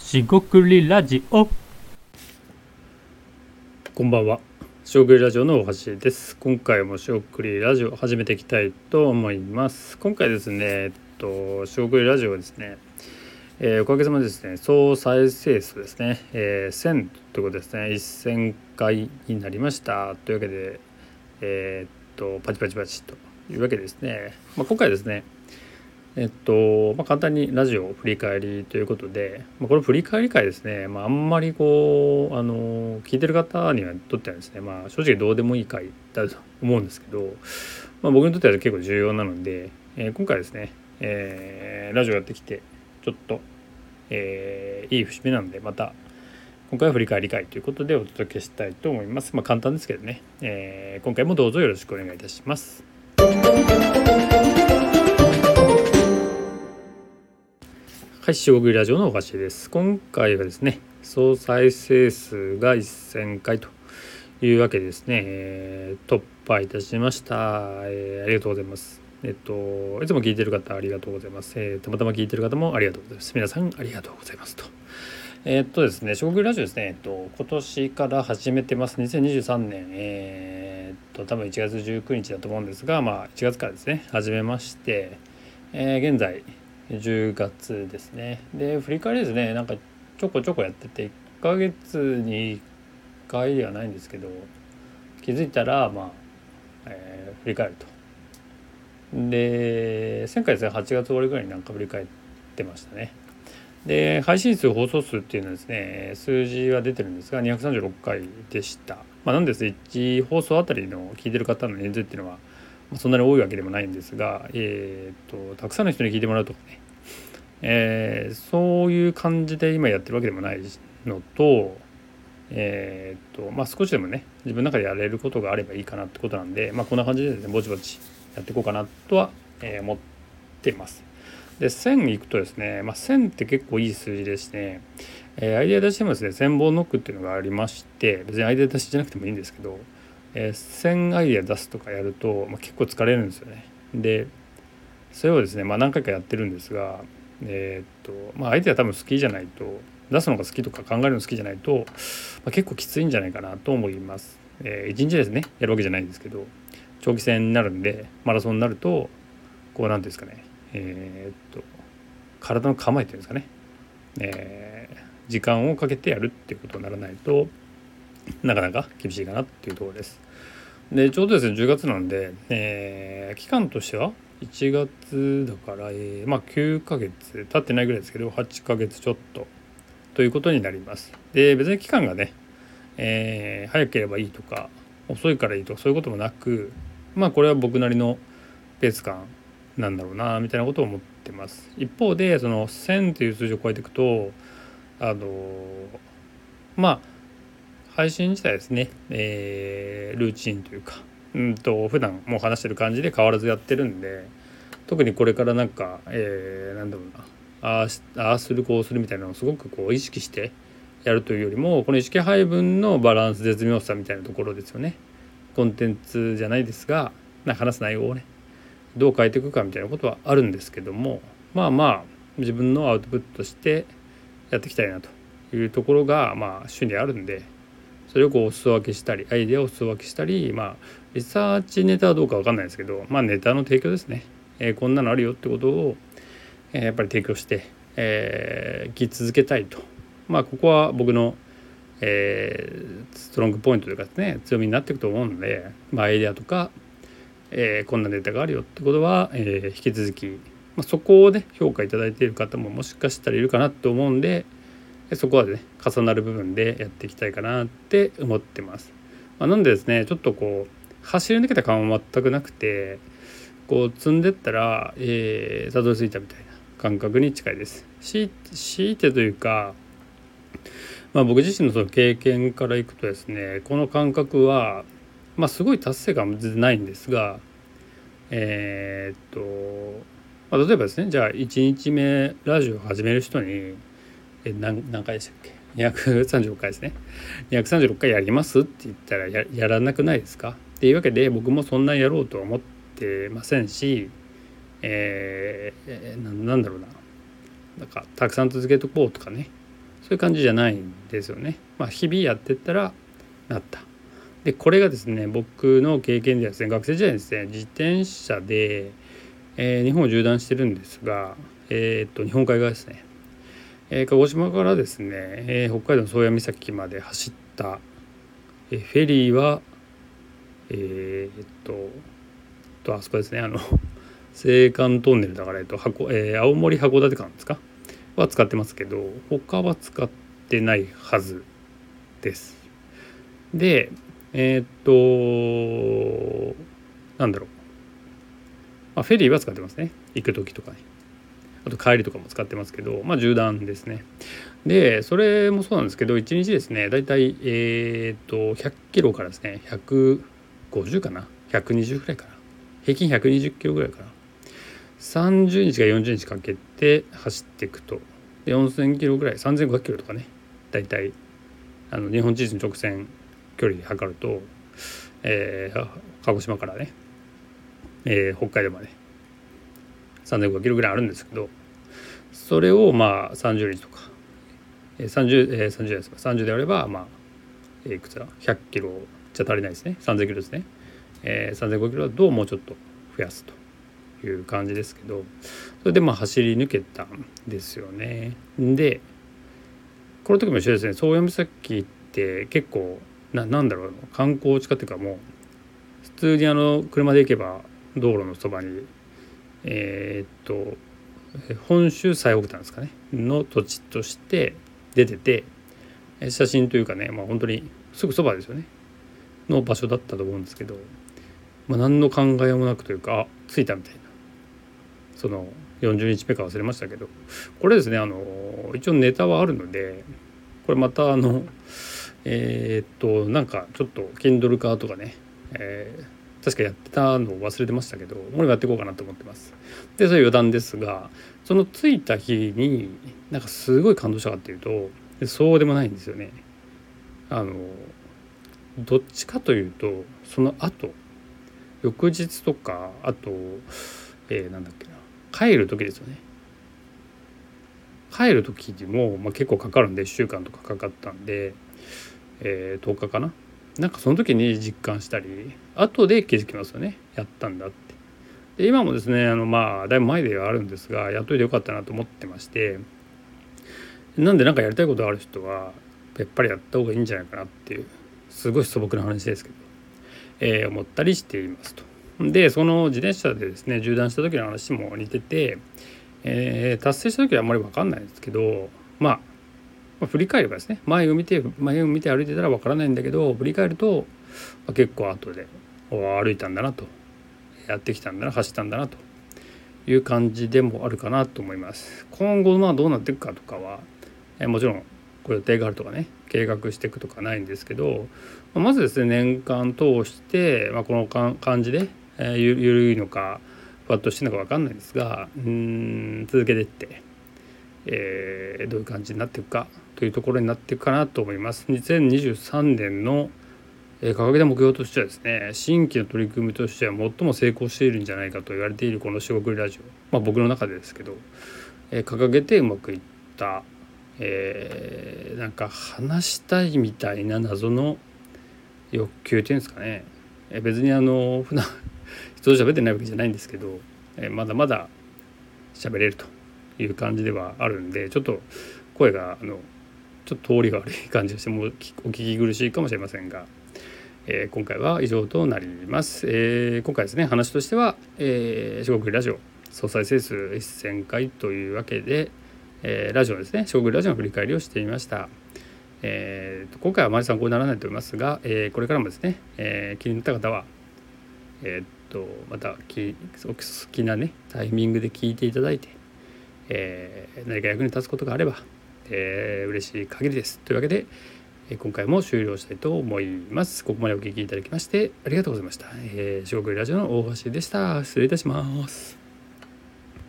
しごくりラジオ。こんばんは、しごくりラジオの大橋です。今回もしごくりラジオを始めていきたいと思います。今回ですねしごくりラジオはですね、おかげさまでですね、総再生数ですね、1000ということですね。1000回になりましたというわけで、パチパチパチというわけでですね、今回ですね簡単にラジオ振り返りということで、これ振り返り会ですね、あんまり聞いてる方にはとってはですね、正直どうでもいい回だと思うんですけど、僕にとっては結構重要なので、今回ですね、ラジオやってきてちょっと、いい節目なので、また今回は振り返り会ということでお届けしたいと思います。簡単ですけどね、今回もどうぞよろしくお願いいたします。はい、しごくりラジオのおかしです。今回はですね、総再生数が1000回というわけでですね、突破いたしました。ありがとうございます。いつも聞いてる方ありがとうございます。たまたま聞いてる方もありがとうございます。皆さんありがとうございますと。ですね、しごくりラジオですね、今年から始めてます。2023年、多分1月19日だと思うんですが、1月からですね、始めまして、現在10月ですね。で振り返りですね、ちょこちょこやってて1ヶ月に1回ではないんですけど、気づいたら振り返ると。で前回ですね、8月終わりぐらいに振り返ってましたね。で配信数、放送数っていうのはですね、数字は出てるんですが236回でした。なんです1放送あたりの聞いてる方の人数っていうのはそんなに多いわけでもないんですが、たくさんの人に聞いてもらうとかね、そういう感じで今やってるわけでもないのと、少しでもね自分の中でやれることがあればいいかなってことなんで、こんな感じでですね、ぼちぼちやっていこうかなとは、思ってます。で1000いくとですね、1000って結構いい数字でして、アイデア出しもですね、1000本ノックっていうのがありまして、別にアイデア出しじゃなくてもいいんですけど、1000アイデア出すとかやると、結構疲れるんですよね。でそれをですね、何回かやってるんですが、アイデア多分好きじゃないと、出すのが好きとか考えるの好きじゃないと、結構きついんじゃないかなと思います。一日ですねやるわけじゃないんですけど、長期戦になるんで、マラソンになると何ていうんですかね、体の構えっていうんですかね、時間をかけてやるっていうことにならないとなかなか厳しいかなっていうところです。でちょうどですね10月なんで、期間としては1月だから、9ヶ月経ってないぐらいですけど、8ヶ月ちょっとということになります。で別に期間がね、早ければいいとか遅いからいいとかそういうこともなく、これは僕なりのペース感なんだろうなみたいなことを思ってます。一方でその1000という数字を超えていくと、配信自体ですね、ルーチンというか、普段もう話してる感じで変わらずやってるんで、特にこれからなんだろうな、ああするこうするみたいなのをすごく意識してやるというよりも、この意識配分のバランス、絶妙さみたいなところですよね。コンテンツじゃないですが、話す内容をねどう変えていくかみたいなことはあるんですけども、自分のアウトプットしてやっていきたいなというところが主にあるんで、それをお裾分けしたり、アイデアをお裾分けしたり、リサーチネタはどうか分かんないですけど、ネタの提供ですね、こんなのあるよってことを、やっぱり提供して、生き続けたいと。ここは僕の、ストロングポイントというかですね、強みになっていくと思うので、アイデアとか、こんなネタがあるよってことは、引き続き、そこをね評価いただいている方ももしかしたらいるかなと思うんで、そこはね重なる部分でやっていきたいかなって思ってます。なんでですね、ちょっと走り抜けた感は全くなくて、積んでったら、たどり着いたみたいな感覚に近いです。強いてというか、僕自身のその経験からいくとですね、この感覚はすごい達成感は全然ないんですが、例えばですね、じゃあ1日目ラジオを始める人に何回でしたっけ、236回ですね、236回やりますって言ったら やらなくないですかっていうわけで、僕もそんなやろうとは思ってませんし、なんだろうな、たくさん続けとこうとかね、 そういう感じじゃないんですよね。日々やってったらなった。でこれがですね、僕の経験ではですね、学生時代にですね、自転車で、日本を縦断してるんですが、日本海側ですね、鹿児島からですね、北海道の宗谷岬まで走った、フェリーはあそこですね、青函トンネルだから、青森函館間ですかは使ってますけど、他は使ってないはずです。でなんだろう、フェリーは使ってますね、行く時とかに。あと帰りとかも使ってますけど、縦断ですね。でそれもそうなんですけど、1日ですね、だいたい100キロからですね、150かな、120ぐらいかな、平均120キロぐらいかな、30日か40日かけて走っていくと、で4000キロぐらい、3500キロとかね、だいたい日本地図の直線距離で測ると、鹿児島からね、北海道まで3500キロぐらいあるんですけど、それを30日とか30であればいくつだ、100キロじゃ足りないですね、3000キロですね、3500キロだともうちょっと増やすという感じですけど、それで走り抜けたんですよね。でこの時も一緒ですね。宗谷岬って結構なんだろう、観光地化っていうか、もう普通に車で行けば道路のそばに本州最北端ですかねの土地として出てて、写真というかね、本当にすぐそばですよねの場所だったと思うんですけど、何の考えもなくというか、着いたみたいな、その40日目か忘れましたけど、これですね、一応ネタはあるので、これまたなんかちょっと Kindle 化とかね、確かやってたのを忘れてましたけど、もうやっていこうかなと思ってます。でそれ余談ですが、その着いた日になんかすごい感動したかっていうと、そうでもないんですよね。どっちかというと、その後翌日とか、あと、なんだっけな、帰る時ですよね。帰る時にも、結構かかるんで、1週間とかかかったんで、10日かな、なんかその時に実感したり、後で気づきますよね、やったんだって。で今もですね、だいぶ前ではあるんですが、やっといてよかったなと思ってまして、なんでなんかやりたいことがある人はやっぱりやった方がいいんじゃないかなっていう、すごい素朴な話ですけど、思ったりしていますと。でその自転車でですね、縦断した時の話も似てて、達成した時はあんまり分かんないんですけど、振り返ればですね、前を見て歩いてたら分からないんだけど、振り返ると、結構後で歩いたんだなと、やってきたんだな、走ったんだなという感じでもあるかなと思います。今後どうなっていくかとかは、もちろんこう予定があるとかね、計画していくとかないんですけど、まずですね、年間通して、この感じで、ゆるいのかふわっとしてるのか分かんないですが、続けていって、どういう感じになっていくかというところになっていくかなと思います。2023年の掲げた目標としてはですね、新規の取り組みとしては最も成功しているんじゃないかと言われているこのしごくりラジオ、僕の中でですけど、掲げてうまくいった、なんか話したいみたいな謎の欲求っていうんですかね、別に普段人と喋ってないわけじゃないんですけど、まだまだ喋れるという感じではあるんで、ちょっと声がちょっと通りが悪い感じがしてもお聞き苦しいかもしれませんが、今回は以上となります。今回ですね、話としてはしごくりラジオ総再生数1000回というわけで、ラジオですね、しごくりラジオの振り返りをしてみました。今回はあまり参考にならないと思いますが、これからもですね、気になった方はまたお好きなねタイミングで聞いていただいて、何か役に立つことがあれば、嬉しい限りです。というわけで、今回も終了したいと思います。ここまでお聞きいただきましてありがとうございました。しごくりラジオの大橋でした。失礼いたします。